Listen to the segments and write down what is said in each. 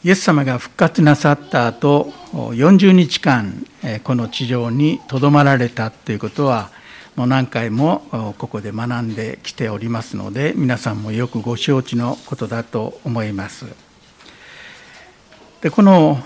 イエス様が復活なさった後、40日間この地上にとどまられたということは、もう何回もここで学んできておりますので、皆さんもよくご承知のことだと思います。で、この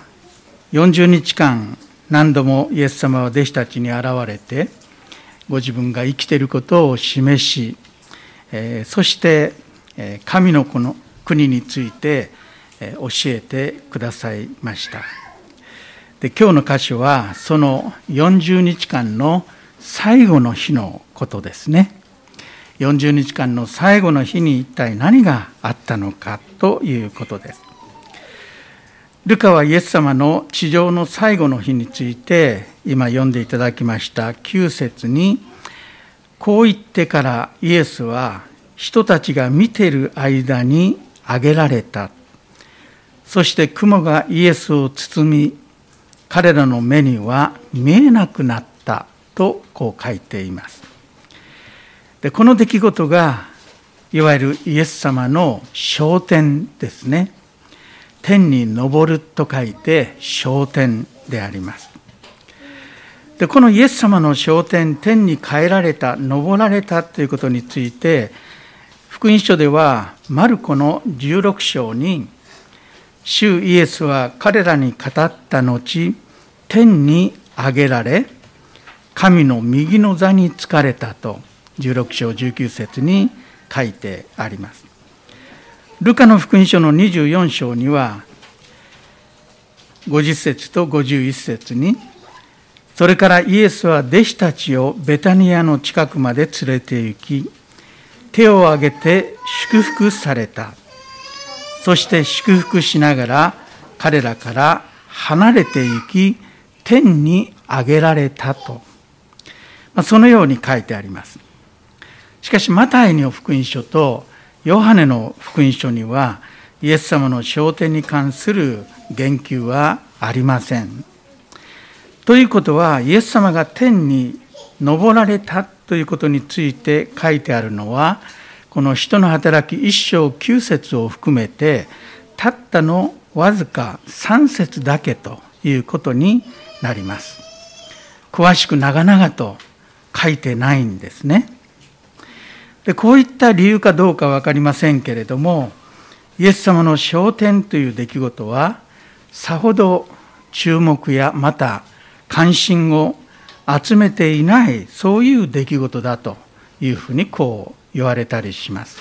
40日間、何度もイエス様は弟子たちに現れて、ご自分が生きていることを示し、そして神のこの国について教えてくださいました。で、今日の箇所はその40日間の最後の日のことですね。40日間の最後の日に一体何があったのかということです。ルカはイエス様の地上の最後の日について今読んでいただきました9節にこう言ってからイエスは人たちが見ている間に挙げられた。そして雲がイエスを包み、彼らの目には見えなくなったとこう書いています。で、この出来事がいわゆるイエス様の昇天ですね。天に昇ると書いて昇天であります。で、このイエス様の昇天、天に帰られた、昇られたということについて、福音書ではマルコの16章に、主イエスは彼らに語った後、天に上げられ、神の右の座に就かれたと、16章19節に書いてあります。ルカの福音書の24章には、50節と51節に、それからイエスは弟子たちをベタニアの近くまで連れて行き、手を挙げて祝福された。そして祝福しながら彼らから離れて行き、天に上げられたと。そのように書いてあります。しかしマタイの福音書とヨハネの福音書にはイエス様の昇天に関する言及はありません。ということはイエス様が天に昇られたということについて書いてあるのは、この使徒の働き1章9節を含めてたったのわずか3節だけということになります。詳しく長々と書いてないんですね。で、こういった理由かどうか分かりませんけれども、イエス様の昇天という出来事はさほど注目やまた関心を集めていない、そういう出来事だというふうにこう言われたりします。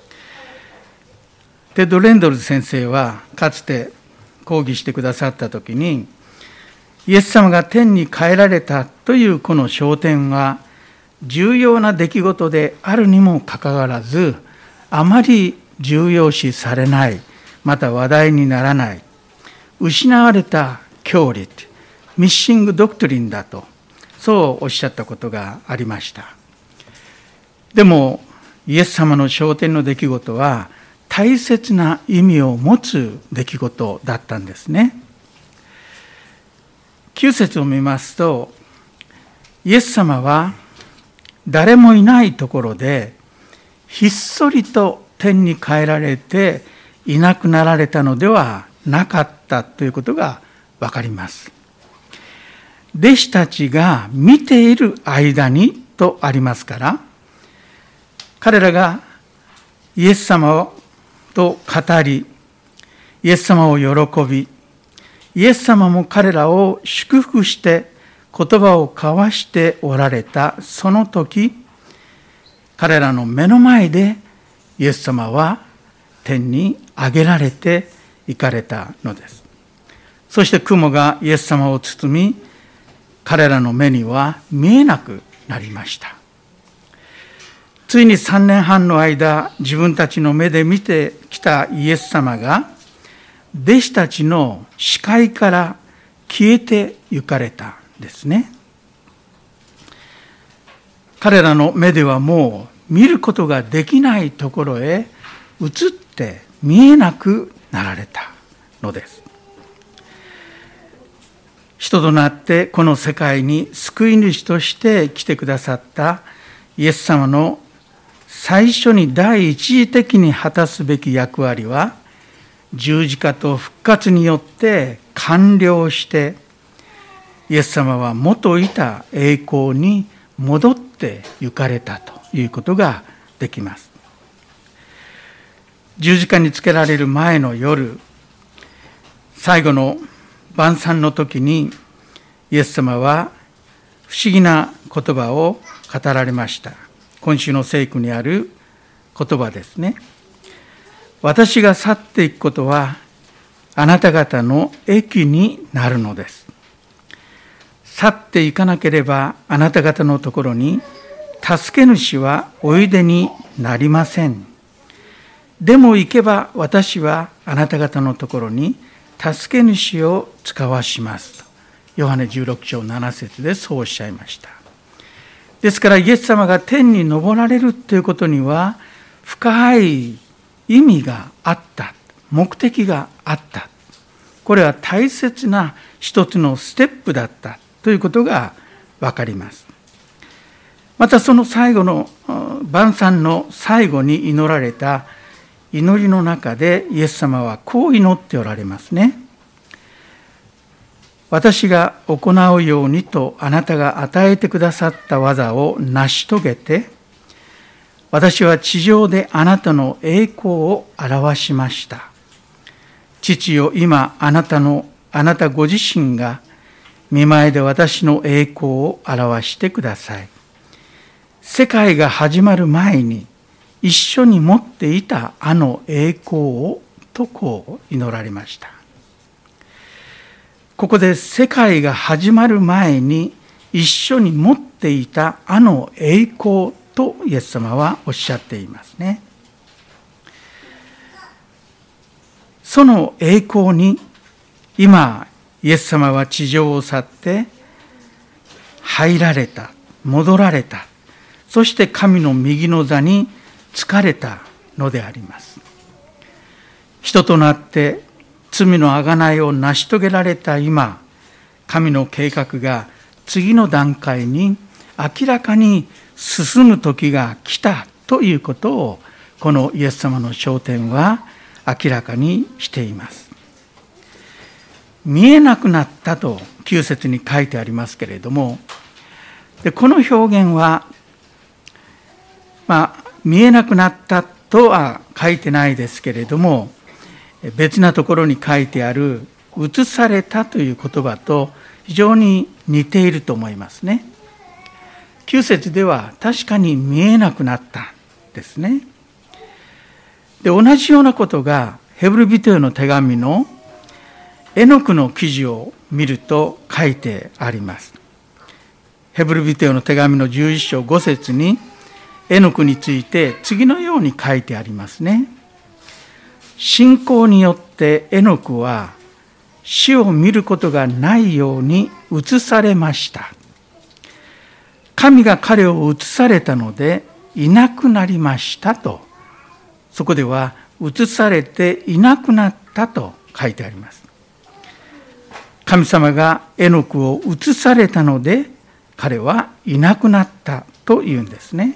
テッド・レンドルズ先生はかつて講義してくださった時に、イエス様が天に帰られたというこの昇天は重要な出来事であるにもかかわらず、あまり重要視されない、また話題にならない、失われた教理、ミッシングドクトリンだと、そうおっしゃったことがありました。でもイエス様の昇天の出来事は大切な意味を持つ出来事だったんですね。9節を見ますと、イエス様は誰もいないところでひっそりと天に帰られていなくなられたのではなかったということがわかります。弟子たちが見ている間にとありますから、彼らがイエス様と語り、イエス様を喜び、イエス様も彼らを祝福して言葉を交わしておられたその時、彼らの目の前でイエス様は天に上げられて行かれたのです。そして雲がイエス様を包み、彼らの目には見えなくなりました。ついに3年半の間、自分たちの目で見てきたイエス様が、弟子たちの視界から消えて行かれたんですね。彼らの目ではもう見ることができないところへ移って見えなくなられたのです。人となってこの世界に救い主として来てくださったイエス様の最初に第一義的に果たすべき役割は、 十字架と復活によって完了して、イエス様は元いた栄光に戻って行かれたということができます。十字架につけられる前の夜、最後の晩餐の時にイエス様は不思議な言葉を語られました。今週の聖句にある言葉ですね。私が去っていくことはあなた方の益になるのです。去っていかなければあなた方のところに助け主はおいでになりません。でも行けば私はあなた方のところに助け主を使わしますと。ヨハネ16章7節でそうおっしゃいました。ですからイエス様が天に昇られるということには深い意味があった、目的があった。これは大切な一つのステップだったということがわかります。またその最後の晩餐の最後に祈られた祈りの中でイエス様はこう祈っておられますね。私が行うようにとあなたが与えてくださった技を成し遂げて、私は地上であなたの栄光を表しました。父よ、今あなたご自身が御前で私の栄光を表してください。世界が始まる前に一緒に持っていたあの栄光をとこう祈られました。ここで世界が始まる前に一緒に持っていたあの栄光とイエス様はおっしゃっていますね。その栄光に今イエス様は地上を去って入られた、戻られた、そして神の右の座に就かれたのであります。人となって罪の贖いを成し遂げられた今、神の計画が次の段階に明らかに進む時が来たということを、このイエス様の昇天は明らかにしています。見えなくなったと9節に書いてありますけれども、この表現は、見えなくなったとは書いてないですけれども、別なところに書いてある映されたという言葉と非常に似ていると思いますね。9節では確かに見えなくなったですね。で、同じようなことがヘブル人への手紙のエノクの記事を見ると書いてあります。ヘブル人への手紙の11章5節にエノクについて次のように書いてありますね。信仰によってエノクは死を見ることがないように移されました。神が彼を移されたのでいなくなりましたと、そこでは移されていなくなったと書いてあります。神様がエノクを移されたので彼はいなくなったというんですね。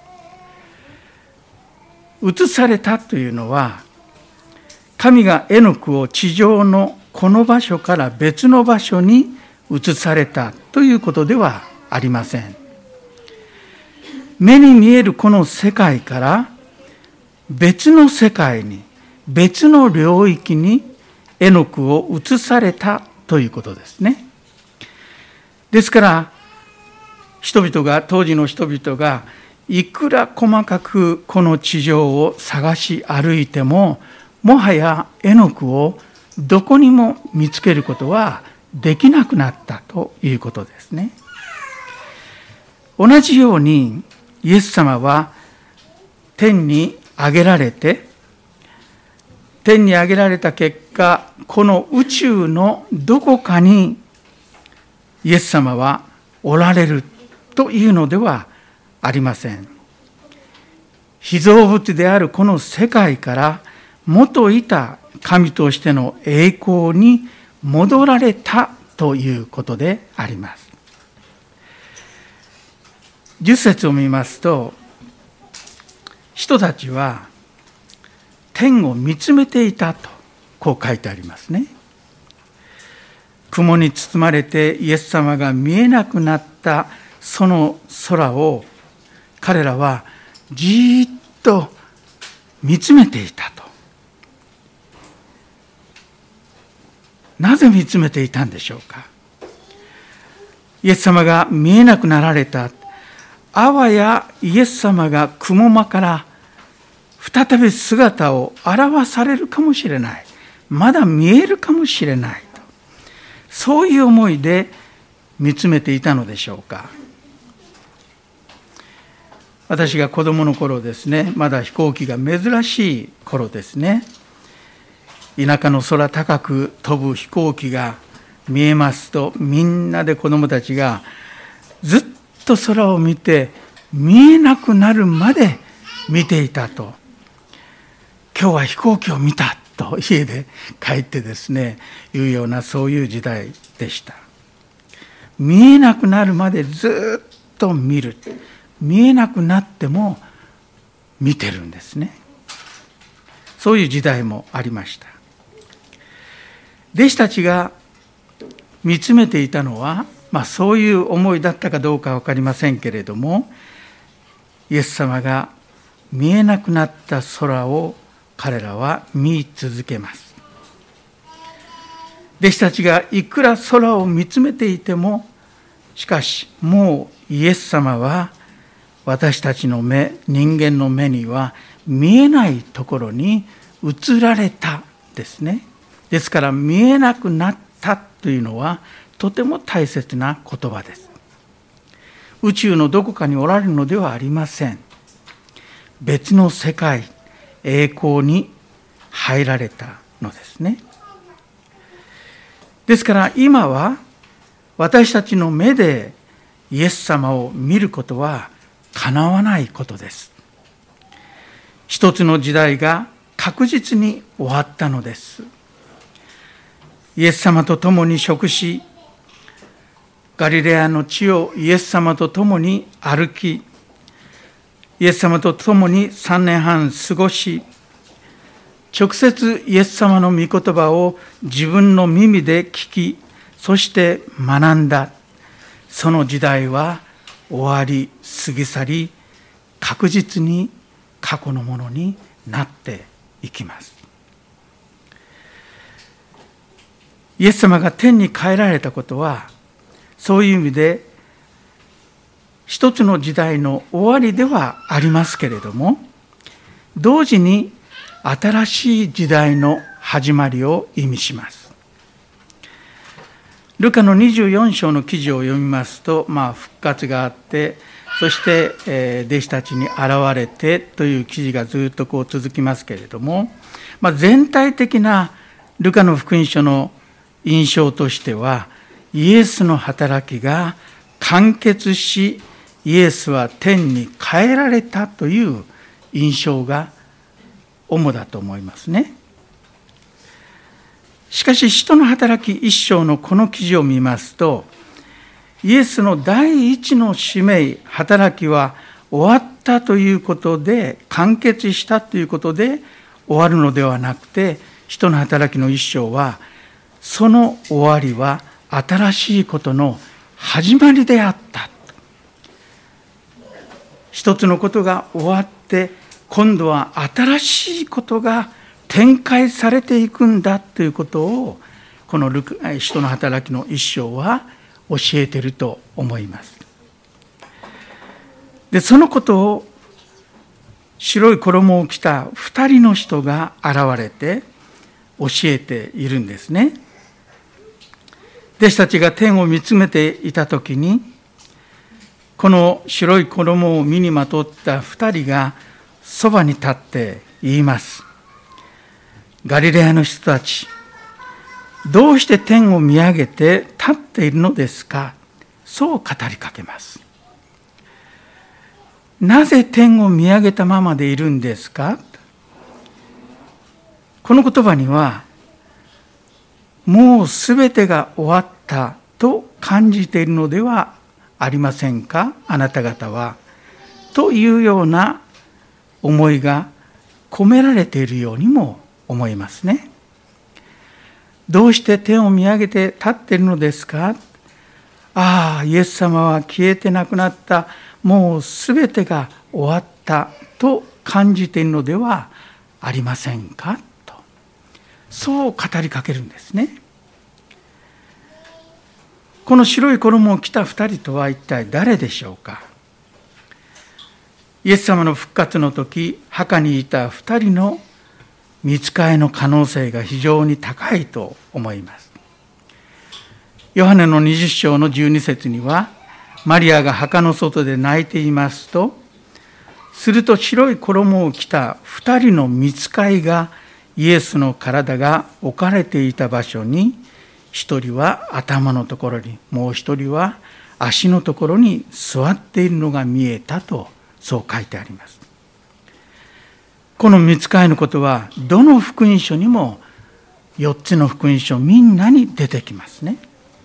移されたというのは、神がエノクを地上のこの場所から別の場所に移されたということではありません。目に見えるこの世界から別の世界に、別の領域にエノクを移されたということですね。ですから当時の人々がいくら細かくこの地上を探し歩いても、もはやエノクをどこにも見つけることはできなくなったということですね。同じようにイエス様は天に上げられて、天に上げられた結果、この宇宙のどこかにイエス様はおられるというのではありません。被造物であるこの世界から元いた神としての栄光に戻られたということであります。10節を見ますと、人たちは天を見つめていたとこう書いてありますね。雲に包まれてイエス様が見えなくなったその空を彼らはじーっと見つめていたと。なぜ見つめていたんでしょうか。イエス様が見えなくなられた。あわやイエス様が雲間から再び姿を現されるかもしれない。まだ見えるかもしれないと。そういう思いで見つめていたのでしょうか。私が子供の頃ですね、まだ飛行機が珍しい頃ですね、田舎の空高く飛ぶ飛行機が見えますと、みんなで子供たちがずっと空を見て見えなくなるまで見ていたと。今日は飛行機を見たと家で帰ってですね、いうようなそういう時代でした。見えなくなるまでずっと見る。見えなくなっても見てるんですね。そういう時代もありました。弟子たちが見つめていたのは、そういう思いだったかどうか分かりませんけれども、イエス様が見えなくなった空を彼らは見続けます。弟子たちがいくら空を見つめていても、しかしもうイエス様は私たちの目、人間の目には見えないところに移られたですね。ですから見えなくなったというのはとても大切な言葉です。宇宙のどこかにおられるのではありません。別の世界、栄光に入られたのですね。ですから今は私たちの目でイエス様を見ることはかなわないことです。一つの時代が確実に終わったのです。イエス様と共に食し、ガリレアの地をイエス様と共に歩き、イエス様と共に3年半過ごし、直接イエス様の御言葉を自分の耳で聞き、そして学んだ。その時代は終わり、過ぎ去り、確実に過去のものになっていきます。イエス様が天に帰られたことは、そういう意味で一つの時代の終わりではありますけれども、同時に新しい時代の始まりを意味します。ルカの24章の記事を読みますと、復活があって、そして弟子たちに現れてという記事がずっとこう続きますけれども、全体的なルカの福音書の印象としては、イエスの働きが完結し、イエスは天に帰られたという印象が主だと思いますね。しかし、使徒の働き一章のこの記事を見ますと、イエスの第一の使命、働きは終わったということで、完結したということで終わるのではなくて、使徒の働きの一章は、その終わりは新しいことの始まりであった。一つのことが終わって、今度は新しいことが展開されていくんだということを、この使徒の働きの一章は教えていると思います。で、そのことを白い衣を着た2人の人が現れて教えているんですね。弟子たちが天を見つめていたときに、この白い衣を身にまとった2人がそばに立って言います。ガリレアの人たち、どうして天を見上げて立っているのですか。そう語りかけます。なぜ天を見上げたままでいるんですか。この言葉には、もうすべてが終わったと感じているのではありませんか、あなた方は。というような思いが込められているようにも思いますね。 どうして天を見上げて立っているのですか？ああ、イエス様は消えてなくなった。もうすべてが終わったと感じているのではありませんかと、そう語りかけるんですね。この白い衣を着た二人とは一体誰でしょうか。イエス様の復活の時、墓にいた二人の御使いの可能性が非常に高いと思います。ヨハネの20章の12節には、マリアが墓の外で泣いていますと、すると白い衣を着た二人の御使いがイエスの体が置かれていた場所に、一人は頭のところに、もう一人は足のところに座っているのが見えたと、そう書いてあります。この御使いのことは、どの福音書にも、4つの福音書みんなに出てきますね。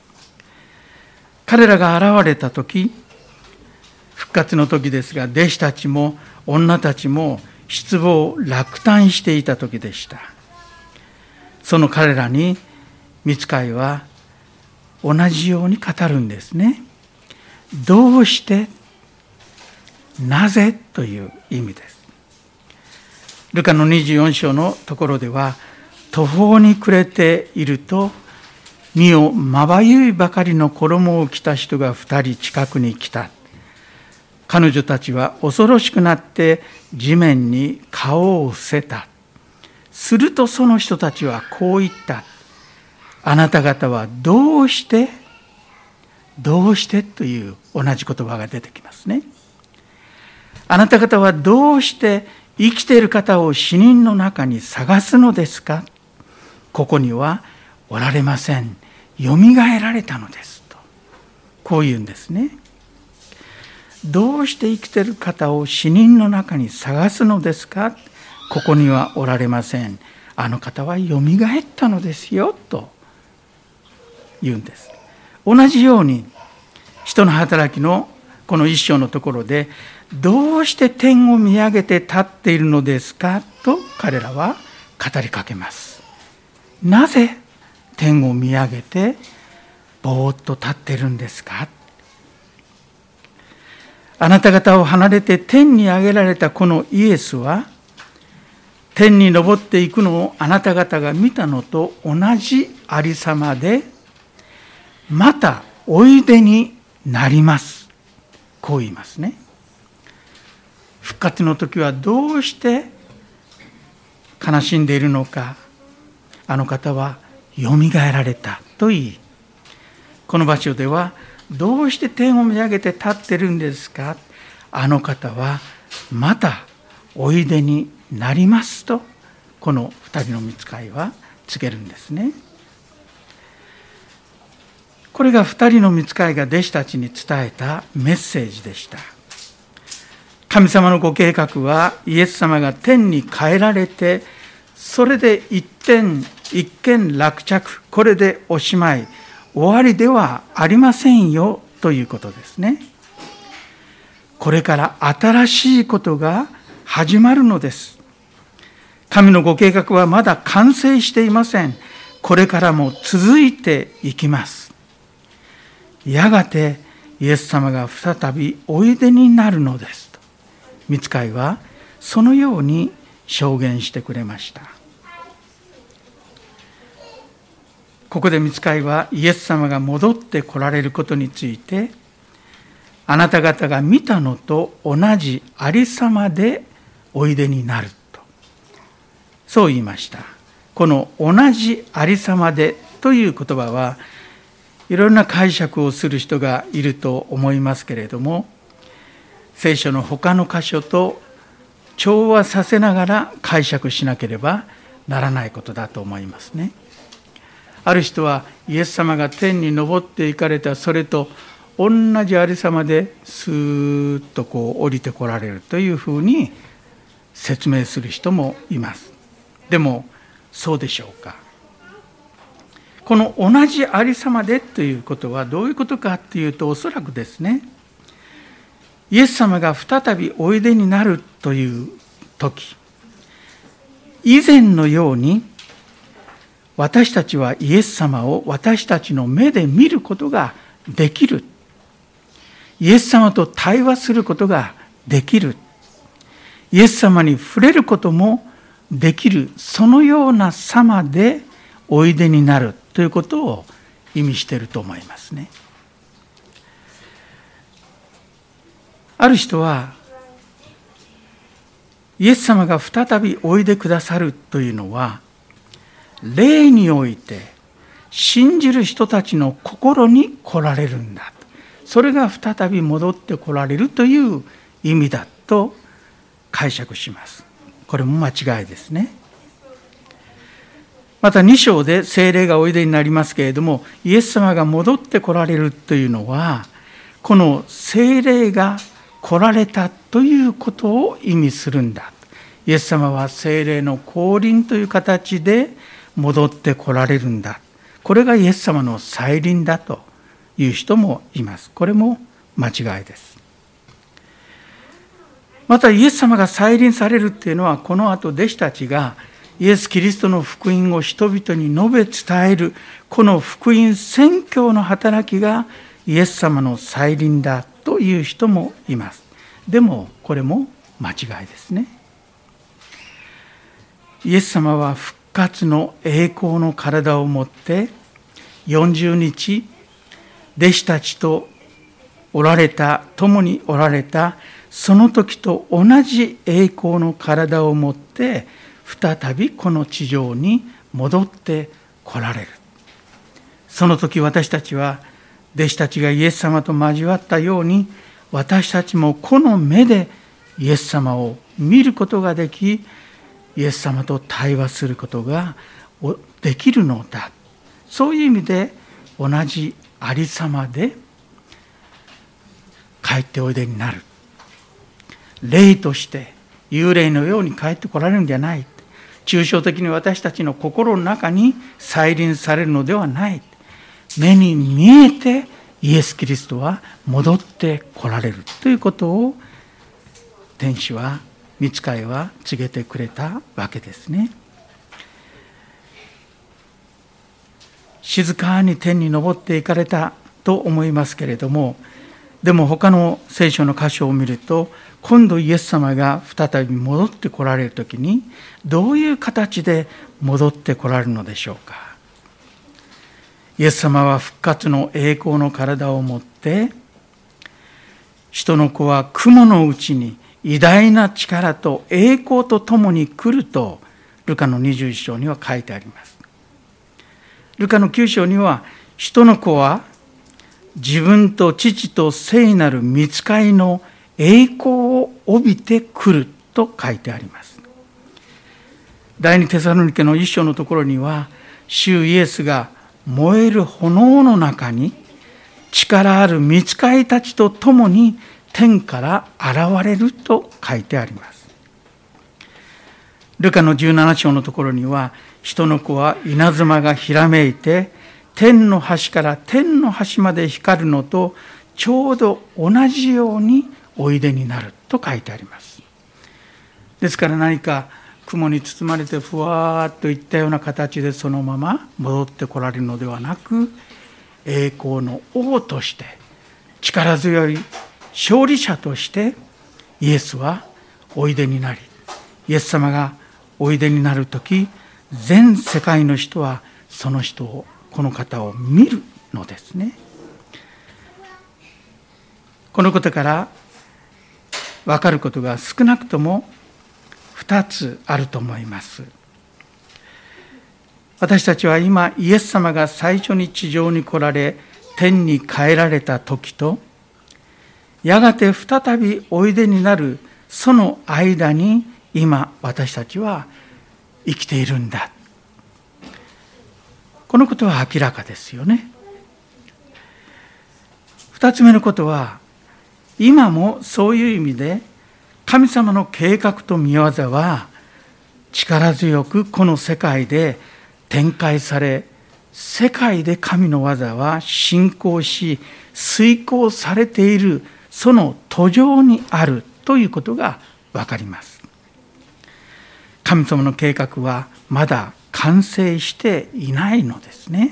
彼らが現れた時、復活の時ですが、弟子たちも女たちも失望落胆していた時でした。その彼らに御使いは同じように語るんですね。どうして、なぜという意味です。ルカの24章のところでは、途方に暮れていると、見よ、まばゆいばかりの衣を着た人が2人近くに来た。彼女たちは恐ろしくなって地面に顔を伏せた。するとその人たちはこう言った。あなた方はどうしてという同じ言葉が出てきますね。あなた方はどうして生きている方を死人の中に探すのですか？ここにはおられません。よみがえられたのですと。こう言うんですね。どうして生きている方を死人の中に探すのですか？ここにはおられません。あの方はよみがえったのですよと言うんです。同じように使徒の働きのこの一章のところで、どうして天を見上げて立っているのですかと彼らは語りかけます。なぜ天を見上げてぼーっと立っているんですか？あなた方を離れて天に上げられたこのイエスは、天に昇っていくのをあなた方が見たのと同じありさまで、またおいでになります。こう言いますね。復活の時はどうして悲しんでいるのか、あの方はよみがえられたと言い、この場所ではどうして天を見上げて立ってるんですか？あの方はまたおいでになりますと、この二人の御使いは告げるんですね。これが二人の御使いが弟子たちに伝えたメッセージでした。神様のご計画は、イエス様が天に帰られて、それで一件落着、これでおしまい、終わりではありませんよということですね。これから新しいことが始まるのです。神のご計画はまだ完成していません。これからも続いていきます。やがてイエス様が再びおいでになるのですと、御使いはそのように証言してくれました。ここで御使いはイエス様が戻って来られることについて、あなた方が見たのと同じありさまでおいでになると、そう言いました。この同じありさまでという言葉は、いろんな解釈をする人がいると思いますけれども、聖書の他の箇所と調和させながら解釈しなければならないことだと思いますね。ある人はイエス様が天に昇って行かれたそれと同じありさまでスーッと降りてこられるというふうに説明する人もいます。でもそうでしょうか。この同じありさまでということはどういうことかというと、おそらくですね、イエス様が再びおいでになるという時、以前のように私たちはイエス様を私たちの目で見ることができる。イエス様と対話することができる。イエス様に触れることもできる。そのような様でおいでになるということを意味していると思いますね。ある人は、イエス様が再びおいでくださるというのは、霊において信じる人たちの心に来られるんだ。それが再び戻って来られるという意味だと解釈します。これも間違いですね。また2章で聖霊がおいでになりますけれども、イエス様が戻って来られるというのは、この聖霊が来られたということを意味するんだ。イエス様は聖霊の降臨という形で戻って来られるんだ。これがイエス様の再臨だという人もいます。これも間違いです。またイエス様が再臨されるっていうのは、この後弟子たちがイエス・キリストの福音を人々に述べ伝える、この福音宣教の働きがイエス様の再臨だという人もいます。でもこれも間違いですね。イエス様は復活の栄光の体を持って40日弟子たちと共におられたその時と同じ栄光の体を持って再びこの地上に戻って来られる。その時私たちは弟子たちがイエス様と交わったように、私たちもこの目でイエス様を見ることができ、イエス様と対話することができるのだ。そういう意味で同じありさまで帰っておいでになる。霊として幽霊のように帰ってこられるんじゃない。抽象的に私たちの心の中に再臨されるのではない。目に見えてイエス・キリストは戻って来られるということを天使は、御使いは告げてくれたわけですね。静かに天に昇っていかれたと思いますけれども、でも他の聖書の箇所を見ると、今度イエス様が再び戻って来られるときに、どういう形で戻って来られるのでしょうか。イエス様は復活の栄光の体を持って、人の子は雲のうちに偉大な力と栄光とともに来ると、ルカの21章には書いてあります。ルカの9章には、人の子は自分と父と聖なる御使いの栄光を帯びてくると書いてあります。第二テサロニケの1章のところには、主イエスが燃える炎の中に力ある御使いたちと共に天から現れると書いてあります。ルカの17章のところには、人の子は稲妻がひらめいて天の端から天の端まで光るのとちょうど同じようにおいでになると書いてあります。ですから何か雲に包まれてふわーっといったような形でそのまま戻ってこられるのではなく、栄光の王として力強い勝利者としてイエスはおいでになり、イエス様がおいでになるとき、全世界の人はその人を、この方を見るのですね。このことから分かることが少なくとも2つあると思います。私たちは今、イエス様が最初に地上に来られ天に帰られた時と、やがて再びおいでになるその間に今私たちは生きているんだ。このことは明らかですよね。2つ目のことは、今もそういう意味で神様の計画と御業は力強くこの世界で展開され、世界で神の技は進行し遂行されている、その途上にあるということが分かります。神様の計画はまだ完成していないのですね。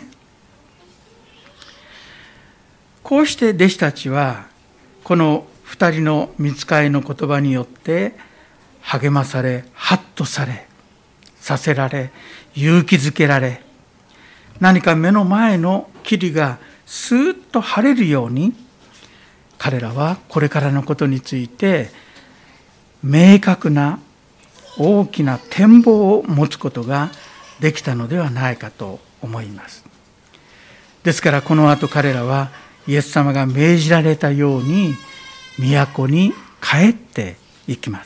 こうして弟子たちはこの2人の御使いの言葉によって励まされ、ハッとさせられ、勇気づけられ、何か目の前の霧がスーッと晴れるように、彼らはこれからのことについて明確な大きな展望を持つことができたのではないかと思います。ですからこの後彼らはイエス様が命じられたように都に帰っていきます。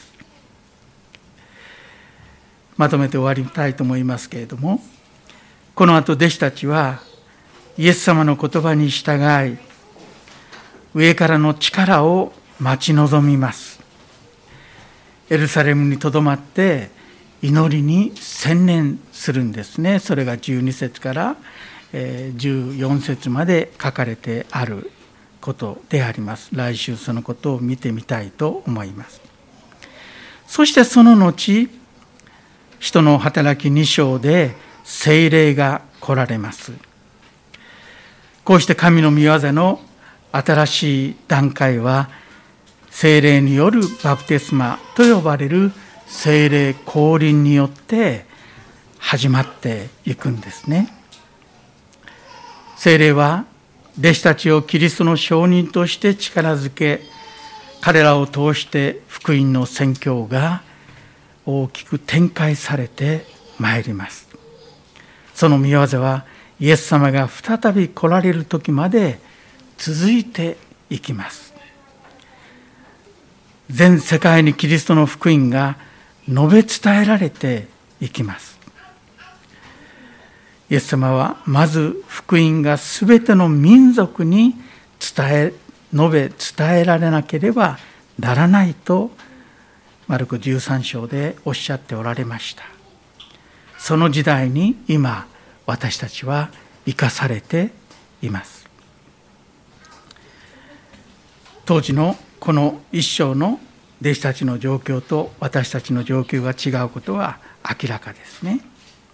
まとめて終わりたいと思いますけれども、この後弟子たちはイエス様の言葉に従い、上からの力を待ち望みます。エルサレムにとどまって祈りに専念するんですね。それが12節から14節まで書かれてあることであります。来週そのことを見てみたいと思います。そしてその後、使徒の働き2章で聖霊が来られます。こうして神の御業の新しい段階は、聖霊によるバプテスマと呼ばれる聖霊降臨によって始まっていくんですね。聖霊は弟子たちをキリストの証人として力づけ、彼らを通して福音の宣教が大きく展開されてまいります。その御業はイエス様が再び来られる時まで続いていきます。全世界にキリストの福音が述べ伝えられていきます。イエス様はまず福音がすべての民族に述べ伝えられなければならないとマルコ13章でおっしゃっておられました。その時代に今私たちは生かされています。当時のこの一章の弟子たちの状況と私たちの状況が違うことは明らかですね。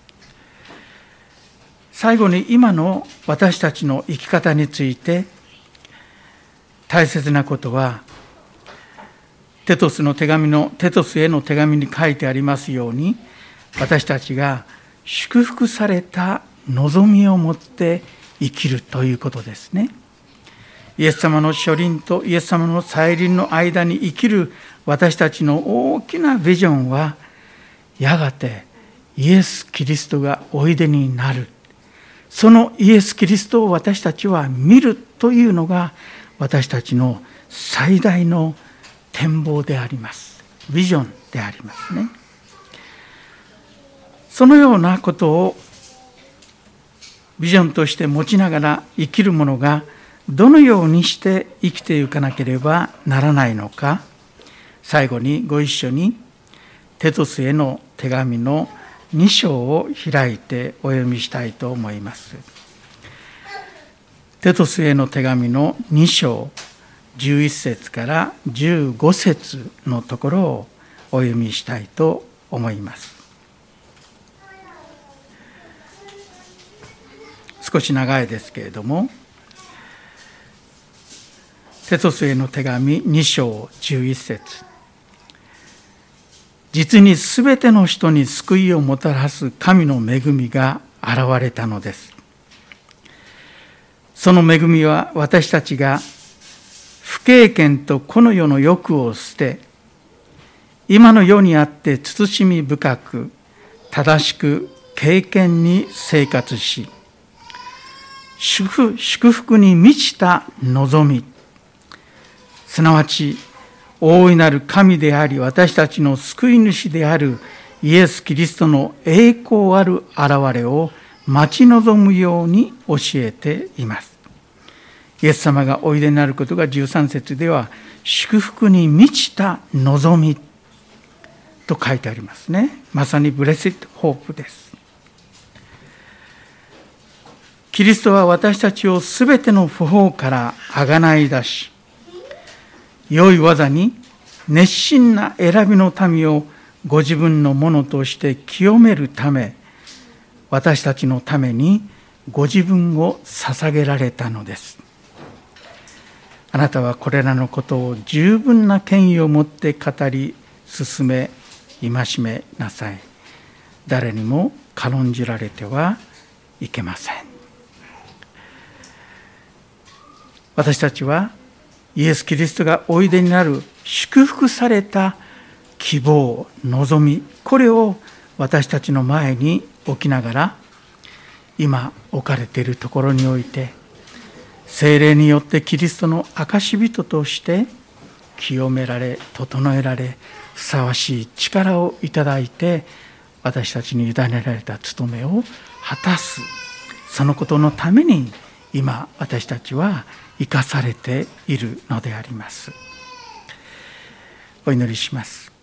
最後に今の私たちの生き方について大切なことは、テトスへの手紙に書いてありますように、私たちが祝福された望みを持って生きるということですね。イエス様の初臨とイエス様の再臨の間に生きる私たちの大きなビジョンは、やがてイエス・キリストがおいでになる。そのイエス・キリストを私たちは見るというのが私たちの最大の展望であります。ビジョンでありますね。そのようなことをビジョンとして持ちながら生きる者がどのようにして生きていかなければならないのか、最後にご一緒にテトスへの手紙の2章を開いてお読みしたいと思います。テトスへの手紙の2章11節から15節のところをお読みしたいと思います。少し長いですけれども、テトスへの手紙2章11節、実にすべての人に救いをもたらす神の恵みが現れたのです。その恵みは私たちが不経験とこの世の欲を捨て、今の世にあって慎み深く正しく敬虔に生活し、祝福に満ちた望み、すなわち大いなる神であり私たちの救い主であるイエス・キリストの栄光ある現れを待ち望むように教えています。イエス様がおいでになることが13節では祝福に満ちた望みと書いてありますね。まさにブレスッドホープです。キリストは私たちをすべての不法からあがない出し、良い技に熱心な選びの民をご自分のものとして清めるため、 私たちのためにご自分を捧げられたのです。あなたはこれらのことを十分な権威を持って語り進め戒めなさい。誰にも軽んじられてはいけません。私たちはイエス・キリストがおいでになる祝福された希望、望み、これを私たちの前に置きながら、今置かれているところにおいて、聖霊によってキリストの証人として清められ、整えられ、ふさわしい力をいただいて、私たちに委ねられた務めを果たす、そのことのために今私たちは生かされているのであります。お祈りします。